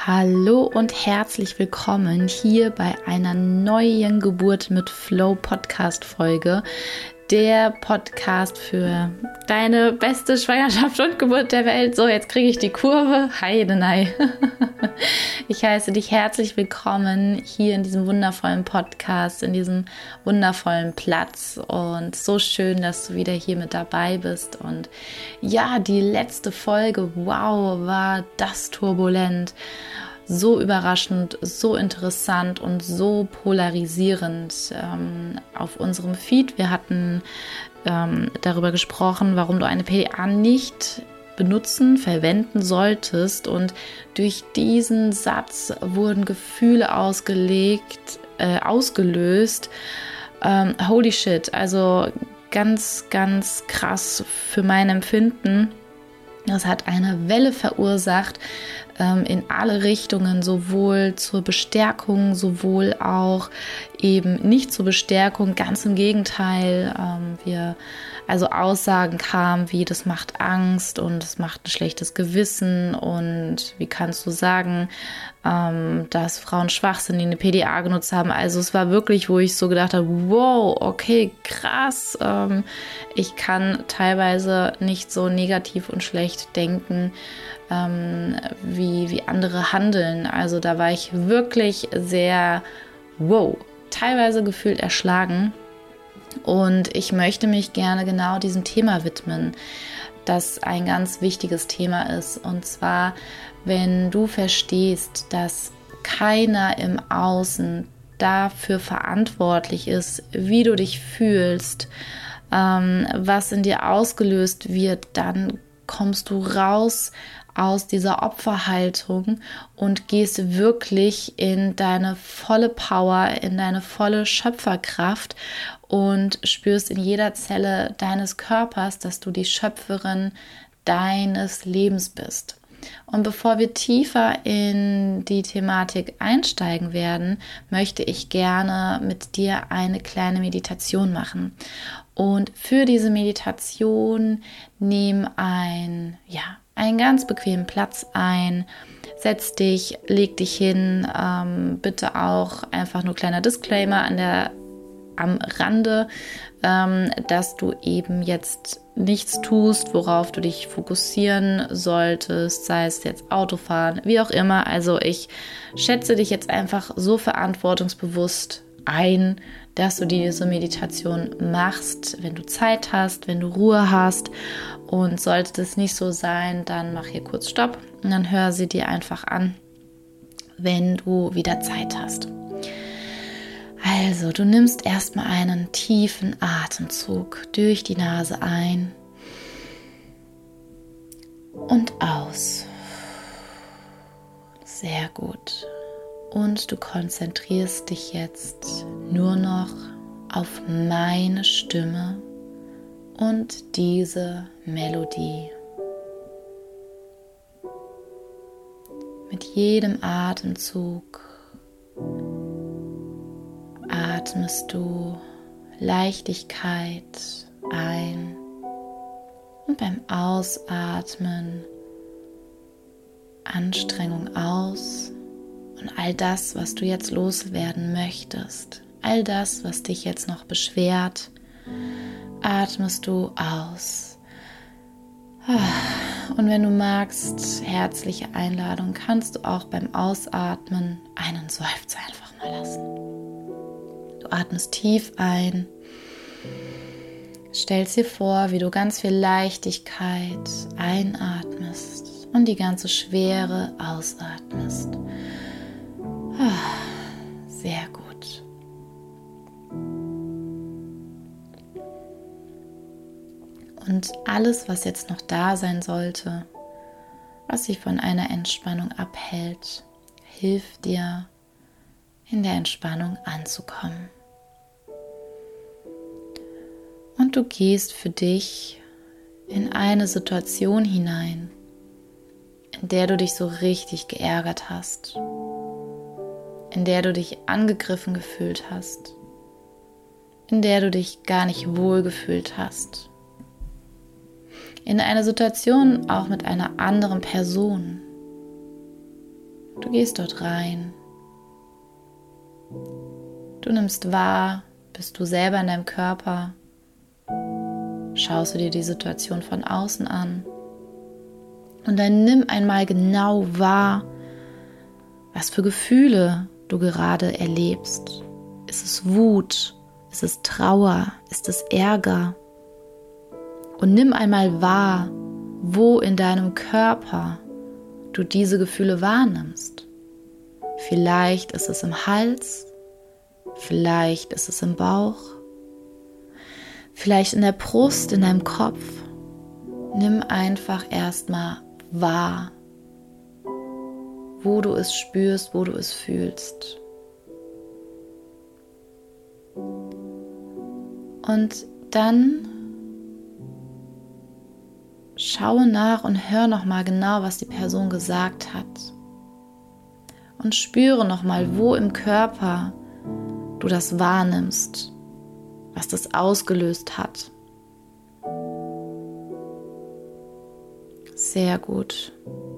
Hallo und herzlich willkommen hier bei einer neuen Geburt mit Flow Podcast Folge. Der Podcast für deine beste Schwangerschaft und Geburt der Welt. So, jetzt kriege ich die Kurve. Heidenei. Ich heiße dich herzlich willkommen hier in diesem wundervollen Podcast, in diesem wundervollen Platz. Und so schön, dass du wieder hier mit dabei bist. Und ja, die letzte Folge, wow, war das turbulent. So überraschend, so interessant und so polarisierend auf unserem Feed. Wir hatten darüber gesprochen, warum du eine PDA nicht verwenden solltest. Und durch diesen Satz wurden Gefühle ausgelöst. Holy shit, also ganz, ganz krass für mein Empfinden. Das hat eine Welle verursacht in alle Richtungen, sowohl zur Bestärkung, sowohl auch eben nicht zur Bestärkung, ganz im Gegenteil. Also Aussagen kamen wie, das macht Angst und es macht ein schlechtes Gewissen und wie kannst du sagen, dass Frauen schwach sind, die eine PDA genutzt haben. Also es war wirklich, wo ich so gedacht habe, wow, okay, krass. Ich kann teilweise nicht so negativ und schlecht denken, wie andere handeln. Also da war ich wirklich sehr, wow, teilweise gefühlt erschlagen. Und ich möchte mich gerne genau diesem Thema widmen, das ein ganz wichtiges Thema ist. Und zwar, wenn du verstehst, dass keiner im Außen dafür verantwortlich ist, wie du dich fühlst, was in dir ausgelöst wird, dann kommst du raus aus dieser Opferhaltung und gehst wirklich in deine volle Power, in deine volle Schöpferkraft und spürst in jeder Zelle deines Körpers, dass du die Schöpferin deines Lebens bist. Und bevor wir tiefer in die Thematik einsteigen werden, möchte ich gerne mit dir eine kleine Meditation machen. Und für diese Meditation nimm einen ganz bequemen Platz ein, setz dich, leg dich hin, bitte auch einfach nur kleiner Disclaimer am Rande, dass du eben jetzt nichts tust, worauf du dich fokussieren solltest, sei es jetzt Autofahren, wie auch immer. Also ich schätze dich jetzt einfach so verantwortungsbewusst ein, dass du diese Meditation machst, wenn du Zeit hast, wenn du Ruhe hast. Und sollte das nicht so sein, dann mach hier kurz Stopp und dann hör sie dir einfach an, wenn du wieder Zeit hast. Also, du nimmst erstmal einen tiefen Atemzug durch die Nase ein und aus. Sehr gut. Und du konzentrierst dich jetzt nur noch auf meine Stimme und diese Melodie. Mit jedem Atemzug atmest du Leichtigkeit ein und beim Ausatmen Anstrengung aus und all das, was du jetzt loswerden möchtest, all das, was dich jetzt noch beschwert, atmest du aus. Und wenn du magst, herzliche Einladung, kannst du auch beim Ausatmen einen Seufzer einfach mal lassen. Du atmest tief ein, stellst dir vor, wie du ganz viel Leichtigkeit einatmest und die ganze Schwere ausatmest. Sehr gut. Und alles, was jetzt noch da sein sollte, was dich von einer Entspannung abhält, hilft dir, in der Entspannung anzukommen. Und du gehst für dich in eine Situation hinein, in der du dich so richtig geärgert hast, in der du dich angegriffen gefühlt hast, in der du dich gar nicht wohl gefühlt hast. In eine Situation auch mit einer anderen Person. Du gehst dort rein. Du nimmst wahr, bist du selber in deinem Körper. Schaust du dir die Situation von außen an. Und dann nimm einmal genau wahr, was für Gefühle du gerade erlebst. Ist es Wut? Ist es Trauer? Ist es Ärger? Und nimm einmal wahr, wo in deinem Körper du diese Gefühle wahrnimmst. Vielleicht ist es im Hals, vielleicht ist es im Bauch, vielleicht in der Brust, in deinem Kopf. Nimm einfach erstmal wahr, wo du es spürst, wo du es fühlst. Und dann schaue nach und hör nochmal genau, was die Person gesagt hat. Und spüre nochmal, wo im Körper du das wahrnimmst, was das ausgelöst hat. Sehr gut.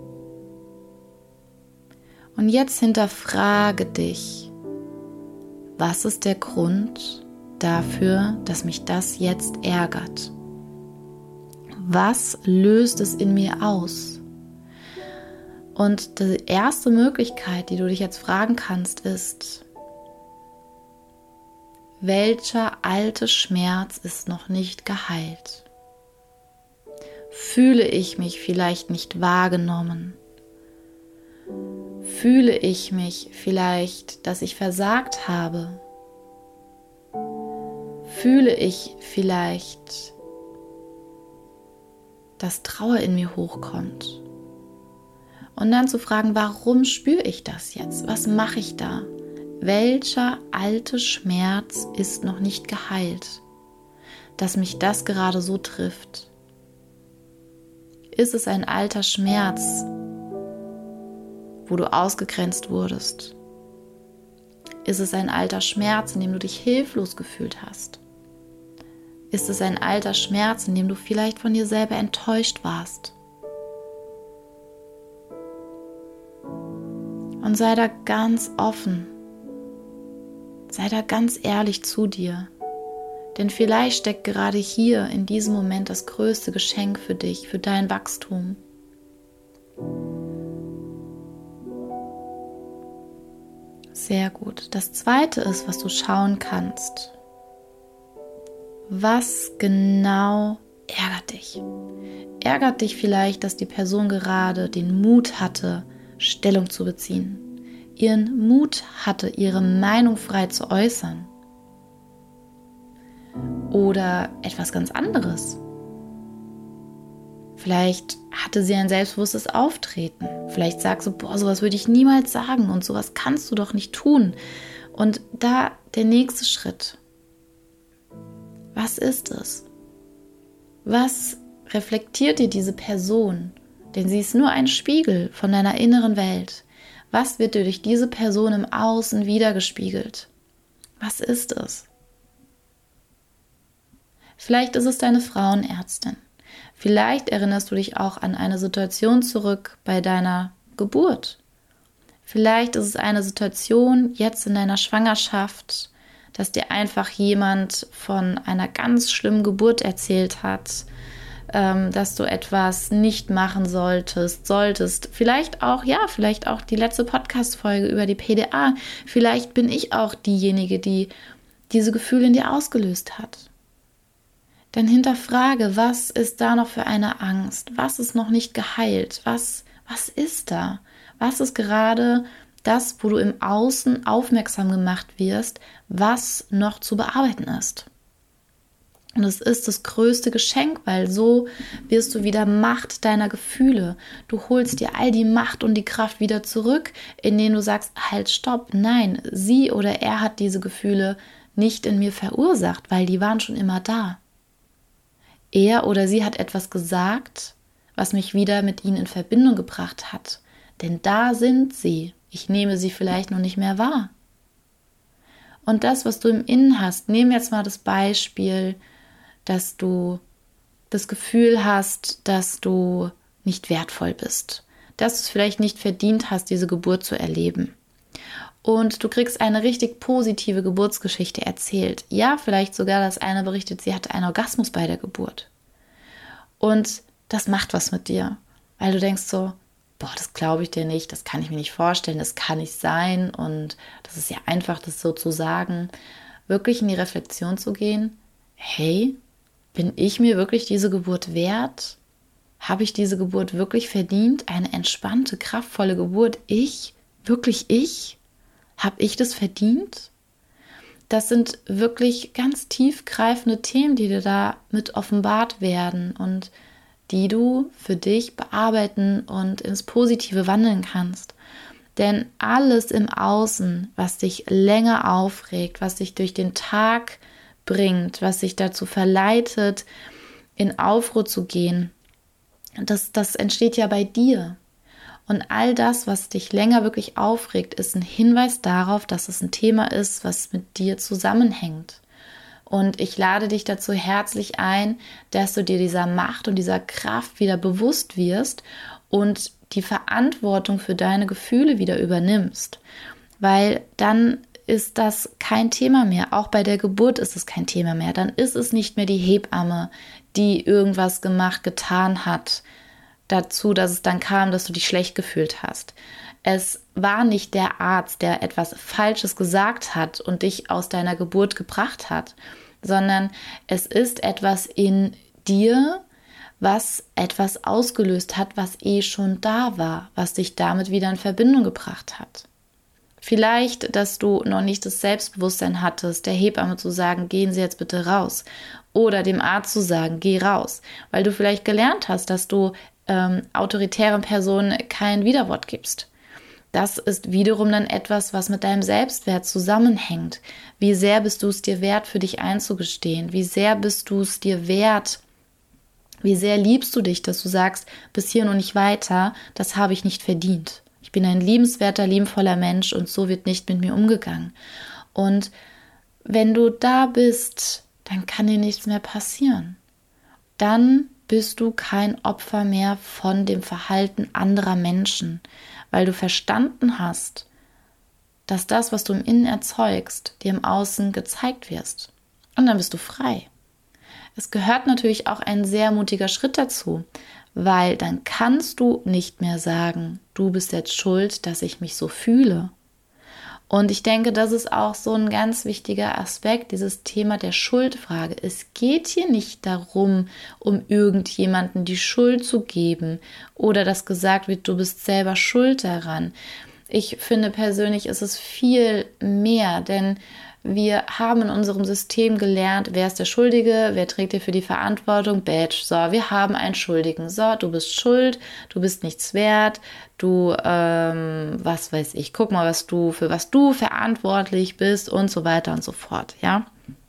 Und jetzt hinterfrage dich, was ist der Grund dafür, dass mich das jetzt ärgert? Was löst es in mir aus? Und die erste Möglichkeit, die du dich jetzt fragen kannst, ist, welcher alte Schmerz ist noch nicht geheilt? Fühle ich mich vielleicht nicht wahrgenommen? Fühle ich mich vielleicht, dass ich versagt habe? Fühle ich vielleicht, dass Trauer in mir hochkommt? Und dann zu fragen, warum spüre ich das jetzt? Was mache ich da? Welcher alte Schmerz ist noch nicht geheilt, dass mich das gerade so trifft? Ist es ein alter Schmerz, wo du ausgegrenzt wurdest? Ist es ein alter Schmerz, in dem du dich hilflos gefühlt hast? Ist es ein alter Schmerz, in dem du vielleicht von dir selber enttäuscht warst? Und sei da ganz offen. Sei da ganz ehrlich zu dir. Denn vielleicht steckt gerade hier in diesem Moment das größte Geschenk für dich, für dein Wachstum. Sehr gut. Das Zweite ist, was du schauen kannst. Was genau ärgert dich? Ärgert dich vielleicht, dass die Person gerade den Mut hatte, Stellung zu beziehen, ihren Mut hatte, ihre Meinung frei zu äußern? Oder etwas ganz anderes. Vielleicht hatte sie ein selbstbewusstes Auftreten. Vielleicht sagst du, sowas würde ich niemals sagen und sowas kannst du doch nicht tun. Und da der nächste Schritt. Was ist es? Was reflektiert dir diese Person? Denn sie ist nur ein Spiegel von deiner inneren Welt. Was wird dir durch diese Person im Außen wiedergespiegelt? Was ist es? Vielleicht ist es deine Frauenärztin. Vielleicht erinnerst du dich auch an eine Situation zurück bei deiner Geburt. Vielleicht ist es eine Situation jetzt in deiner Schwangerschaft, dass dir einfach jemand von einer ganz schlimmen Geburt erzählt hat, dass du etwas nicht machen solltest. Vielleicht auch die letzte Podcast-Folge über die PDA. Vielleicht bin ich auch diejenige, die diese Gefühle in dir ausgelöst hat. Dann hinterfrage, was ist da noch für eine Angst? Was ist noch nicht geheilt? Was ist da? Was ist gerade das, wo du im Außen aufmerksam gemacht wirst, was noch zu bearbeiten ist? Und es ist das größte Geschenk, weil so wirst du wieder Macht deiner Gefühle. Du holst dir all die Macht und die Kraft wieder zurück, indem du sagst, halt, stopp, nein, sie oder er hat diese Gefühle nicht in mir verursacht, weil die waren schon immer da. Er oder sie hat etwas gesagt, was mich wieder mit ihnen in Verbindung gebracht hat. Denn da sind sie. Ich nehme sie vielleicht noch nicht mehr wahr. Und das, was du im Innen hast, nehmen jetzt mal das Beispiel, dass du das Gefühl hast, dass du nicht wertvoll bist, dass du es vielleicht nicht verdient hast, diese Geburt zu erleben. Und du kriegst eine richtig positive Geburtsgeschichte erzählt. Ja, vielleicht sogar, dass eine berichtet, sie hatte einen Orgasmus bei der Geburt. Und das macht was mit dir, weil du denkst so, boah, das glaube ich dir nicht, das kann ich mir nicht vorstellen, das kann nicht sein und das ist ja einfach, das so zu sagen. Wirklich in die Reflexion zu gehen, hey, bin ich mir wirklich diese Geburt wert? Habe ich diese Geburt wirklich verdient? Eine entspannte, kraftvolle Geburt? Ich? Wirklich ich? Habe ich das verdient? Das sind wirklich ganz tiefgreifende Themen, die dir da mit offenbart werden und die du für dich bearbeiten und ins Positive wandeln kannst. Denn alles im Außen, was dich länger aufregt, was dich durch den Tag bringt, was dich dazu verleitet, in Aufruhr zu gehen, das entsteht ja bei dir. Und all das, was dich länger wirklich aufregt, ist ein Hinweis darauf, dass es ein Thema ist, was mit dir zusammenhängt. Und ich lade dich dazu herzlich ein, dass du dir dieser Macht und dieser Kraft wieder bewusst wirst und die Verantwortung für deine Gefühle wieder übernimmst. Weil dann ist das kein Thema mehr. Auch bei der Geburt ist es kein Thema mehr. Dann ist es nicht mehr die Hebamme, die irgendwas getan hat, dazu, dass es dann kam, dass du dich schlecht gefühlt hast. Es war nicht der Arzt, der etwas Falsches gesagt hat und dich aus deiner Geburt gebracht hat, sondern es ist etwas in dir, was etwas ausgelöst hat, was schon da war, was dich damit wieder in Verbindung gebracht hat. Vielleicht, dass du noch nicht das Selbstbewusstsein hattest, der Hebamme zu sagen, gehen Sie jetzt bitte raus. Oder dem Arzt zu sagen, geh raus. Weil du vielleicht gelernt hast, dass du autoritären Personen kein Widerwort gibst. Das ist wiederum dann etwas, was mit deinem Selbstwert zusammenhängt. Wie sehr bist du es dir wert, für dich einzugestehen? Wie sehr bist du es dir wert? Wie sehr liebst du dich, dass du sagst, bis hier und nicht weiter, das habe ich nicht verdient. Ich bin ein liebenswerter, liebevoller Mensch und so wird nicht mit mir umgegangen. Und wenn du da bist, dann kann dir nichts mehr passieren. Dann bist du kein Opfer mehr von dem Verhalten anderer Menschen, weil du verstanden hast, dass das, was du im Innen erzeugst, dir im Außen gezeigt wirst. Und dann bist du frei. Es gehört natürlich auch ein sehr mutiger Schritt dazu, weil dann kannst du nicht mehr sagen, du bist jetzt schuld, dass ich mich so fühle. Und ich denke, das ist auch so ein ganz wichtiger Aspekt, dieses Thema der Schuldfrage. Es geht hier nicht darum, um irgendjemanden die Schuld zu geben oder dass gesagt wird, du bist selber schuld daran. Ich finde persönlich, ist es viel mehr, denn wir haben in unserem System gelernt, wer ist der Schuldige, wer trägt hier für die Verantwortung, Badge. So, wir haben einen Schuldigen. So, du bist schuld, du bist nichts wert, du, was weiß ich, guck mal, für was du verantwortlich bist und so weiter und so fort, ja.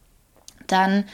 Dann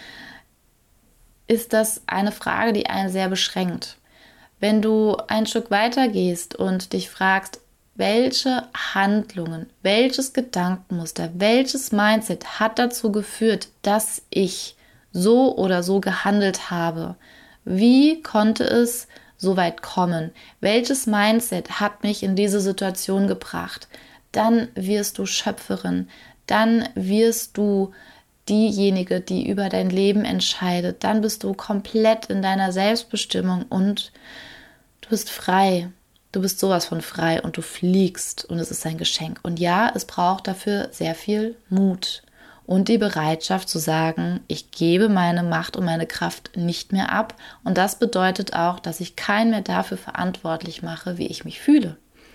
ist das eine Frage, die einen sehr beschränkt. Wenn du ein Stück weiter gehst und dich fragst, welche Handlungen, welches Gedankenmuster, welches Mindset hat dazu geführt, dass ich so oder so gehandelt habe? Wie konnte es so weit kommen? Welches Mindset hat mich in diese Situation gebracht? Dann wirst du Schöpferin, dann wirst du diejenige, die über dein Leben entscheidet. Dann bist du komplett in deiner Selbstbestimmung und du bist frei. Du bist sowas von frei und du fliegst und es ist ein Geschenk. Und ja, es braucht dafür sehr viel Mut und die Bereitschaft zu sagen, ich gebe meine Macht und meine Kraft nicht mehr ab. Und das bedeutet auch, dass ich keinen mehr dafür verantwortlich mache, wie ich mich fühle.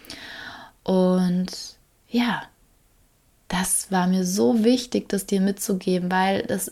Und ja, das war mir so wichtig, das dir mitzugeben, weil es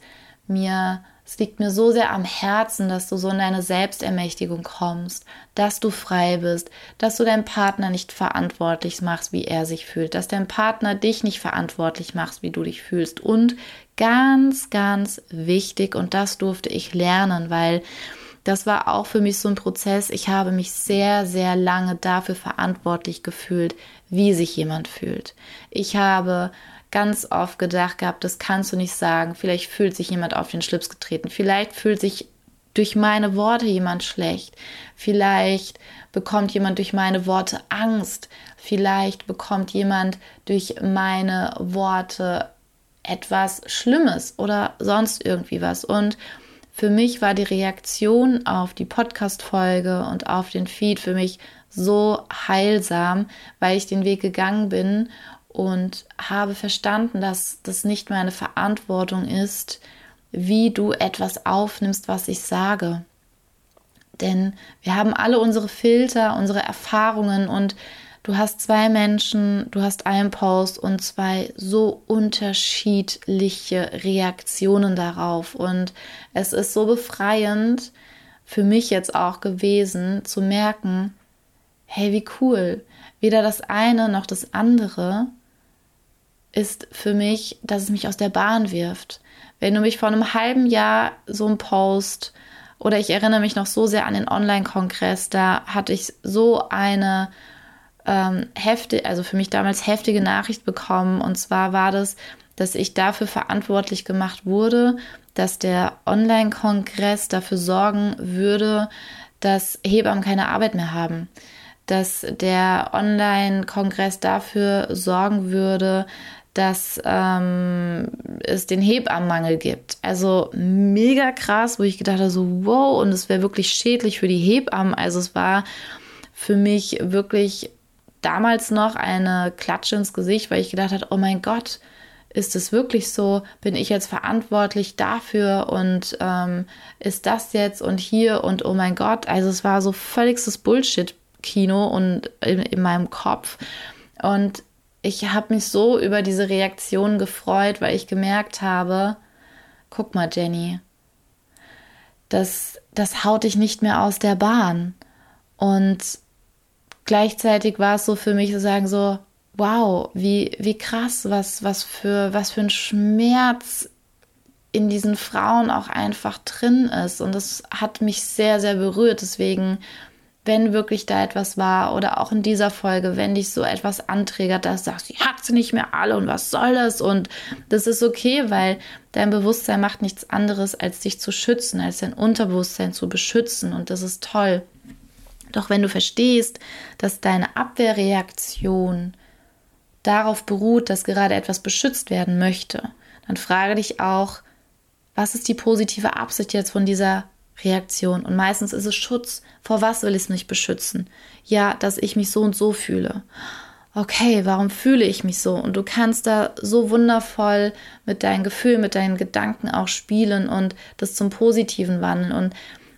liegt mir so sehr am Herzen, dass du so in deine Selbstermächtigung kommst, dass du frei bist, dass du deinen Partner nicht verantwortlich machst, wie er sich fühlt, dass dein Partner dich nicht verantwortlich machst, wie du dich fühlst. Und ganz, ganz wichtig, und das durfte ich lernen, weil das war auch für mich so ein Prozess. Ich habe mich sehr, sehr lange dafür verantwortlich gefühlt, wie sich jemand fühlt. Ich habe ganz oft gedacht gehabt, das kannst du nicht sagen. Vielleicht fühlt sich jemand auf den Schlips getreten. Vielleicht fühlt sich durch meine Worte jemand schlecht. Vielleicht bekommt jemand durch meine Worte Angst. Vielleicht bekommt jemand durch meine Worte etwas Schlimmes oder sonst irgendwie was. Und für mich war die Reaktion auf die Podcast-Folge und auf den Feed für mich so heilsam, weil ich den Weg gegangen bin und habe verstanden, dass das nicht meine Verantwortung ist, wie du etwas aufnimmst, was ich sage. Denn wir haben alle unsere Filter, unsere Erfahrungen und du hast 2 Menschen, du hast einen Post und 2 so unterschiedliche Reaktionen darauf. Und es ist so befreiend für mich jetzt auch gewesen, zu merken, hey, wie cool, weder das eine noch das andere ist für mich, dass es mich aus der Bahn wirft. Wenn du mich vor einem halben Jahr so einen Post oder ich erinnere mich noch so sehr an den Online-Kongress, da hatte ich so eine also für mich damals heftige Nachricht bekommen. Und zwar war das, dass ich dafür verantwortlich gemacht wurde, dass der Online-Kongress dafür sorgen würde, dass Hebammen keine Arbeit mehr haben. Dass der Online-Kongress dafür sorgen würde, dass es den Hebammenmangel gibt. Also mega krass, wo ich gedacht habe, so wow, und es wäre wirklich schädlich für die Hebammen. Also es war für mich wirklich damals noch eine Klatsche ins Gesicht, weil ich gedacht habe, oh mein Gott, ist es wirklich so? Bin ich jetzt verantwortlich dafür und ist das jetzt und hier und oh mein Gott. Also es war so völligstes Bullshit-Kino und in meinem Kopf. Und ich habe mich so über diese Reaktion gefreut, weil ich gemerkt habe, guck mal, Jenny, das haut dich nicht mehr aus der Bahn. Und gleichzeitig war es so für mich zu sagen so, wow, wie krass, was für ein Schmerz in diesen Frauen auch einfach drin ist. Und das hat mich sehr, sehr berührt. Deswegen, wenn wirklich da etwas war oder auch in dieser Folge, wenn dich so etwas anträgert, dass du sagst, ich hat sie nicht mehr alle und was soll das? Und das ist okay, weil dein Bewusstsein macht nichts anderes, als dich zu schützen, als dein Unterbewusstsein zu beschützen. Und das ist toll. Doch wenn du verstehst, dass deine Abwehrreaktion darauf beruht, dass gerade etwas beschützt werden möchte, dann frage dich auch, was ist die positive Absicht jetzt von dieser Reaktion? Und meistens ist es Schutz. Vor was will ich mich beschützen? Ja, dass ich mich so und so fühle. Okay, warum fühle ich mich so? Und du kannst da so wundervoll mit deinen Gefühlen, mit deinen Gedanken auch spielen und das zum Positiven wandeln. Und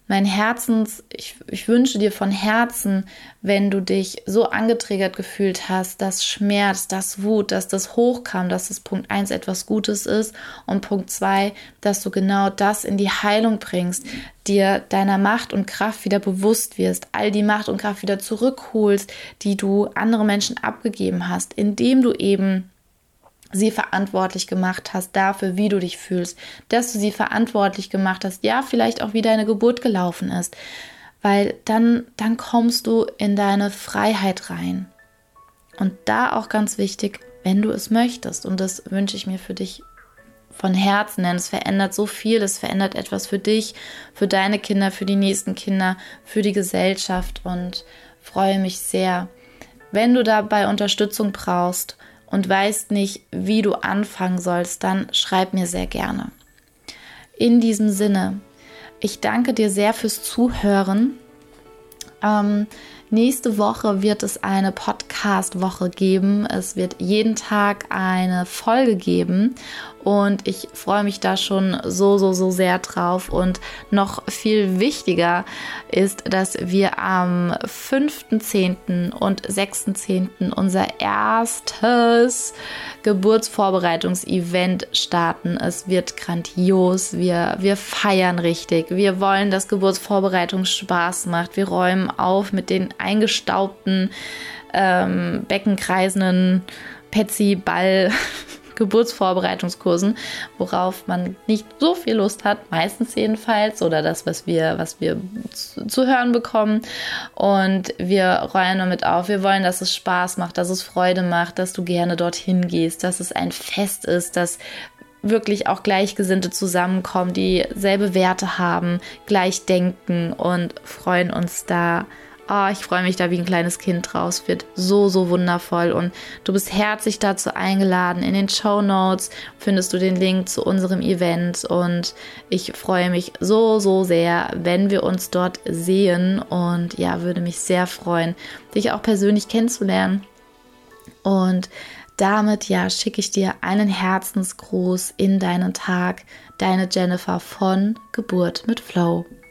ich wünsche dir von Herzen, wenn du dich so angetriggert gefühlt hast, dass Schmerz, dass Wut, dass das hochkam, dass das Punkt 1 etwas Gutes ist und Punkt 2, dass du genau das in die Heilung bringst, dir deiner Macht und Kraft wieder bewusst wirst, all die Macht und Kraft wieder zurückholst, die du anderen Menschen abgegeben hast, indem du eben sie verantwortlich gemacht hast dafür, wie du dich fühlst, dass du sie verantwortlich gemacht hast, ja, vielleicht auch wie deine Geburt gelaufen ist, weil dann kommst du in deine Freiheit rein. Und da auch ganz wichtig, wenn du es möchtest, und das wünsche ich mir für dich von Herzen, denn es verändert so viel, es verändert etwas für dich, für deine Kinder, für die nächsten Kinder, für die Gesellschaft und freue mich sehr, wenn du dabei Unterstützung brauchst und weißt nicht, wie du anfangen sollst, dann schreib mir sehr gerne. In diesem Sinne, ich danke dir sehr fürs Zuhören. Nächste Woche wird es eine Podcast-Woche geben. Es wird jeden Tag eine Folge geben und ich freue mich da schon so sehr drauf. Und noch viel wichtiger ist, dass wir am 5.10. und 6.10. unser erstes Geburtsvorbereitungsevent starten. Es wird grandios. Wir feiern richtig. Wir wollen, dass Geburtsvorbereitung Spaß macht. Wir räumen auf mit den eingestaubten, beckenkreisenden Petsy-Ball Geburtsvorbereitungskursen, worauf man nicht so viel Lust hat, meistens jedenfalls, oder das, was wir zu hören bekommen. Und wir räumen damit auf. Wir wollen, dass es Spaß macht, dass es Freude macht, dass du gerne dorthin gehst, dass es ein Fest ist, dass wirklich auch Gleichgesinnte zusammenkommen, die selbe Werte haben, gleich denken und freuen uns da. Oh, ich freue mich da wie ein kleines Kind draus. Wird so, so wundervoll. Und du bist herzlich dazu eingeladen. In den Shownotes findest du den Link zu unserem Event. Und ich freue mich so, so sehr, wenn wir uns dort sehen. Und ja, würde mich sehr freuen, dich auch persönlich kennenzulernen. Und damit ja schicke ich dir einen Herzensgruß in deinen Tag. Deine Jennifer von Geburt mit Flow.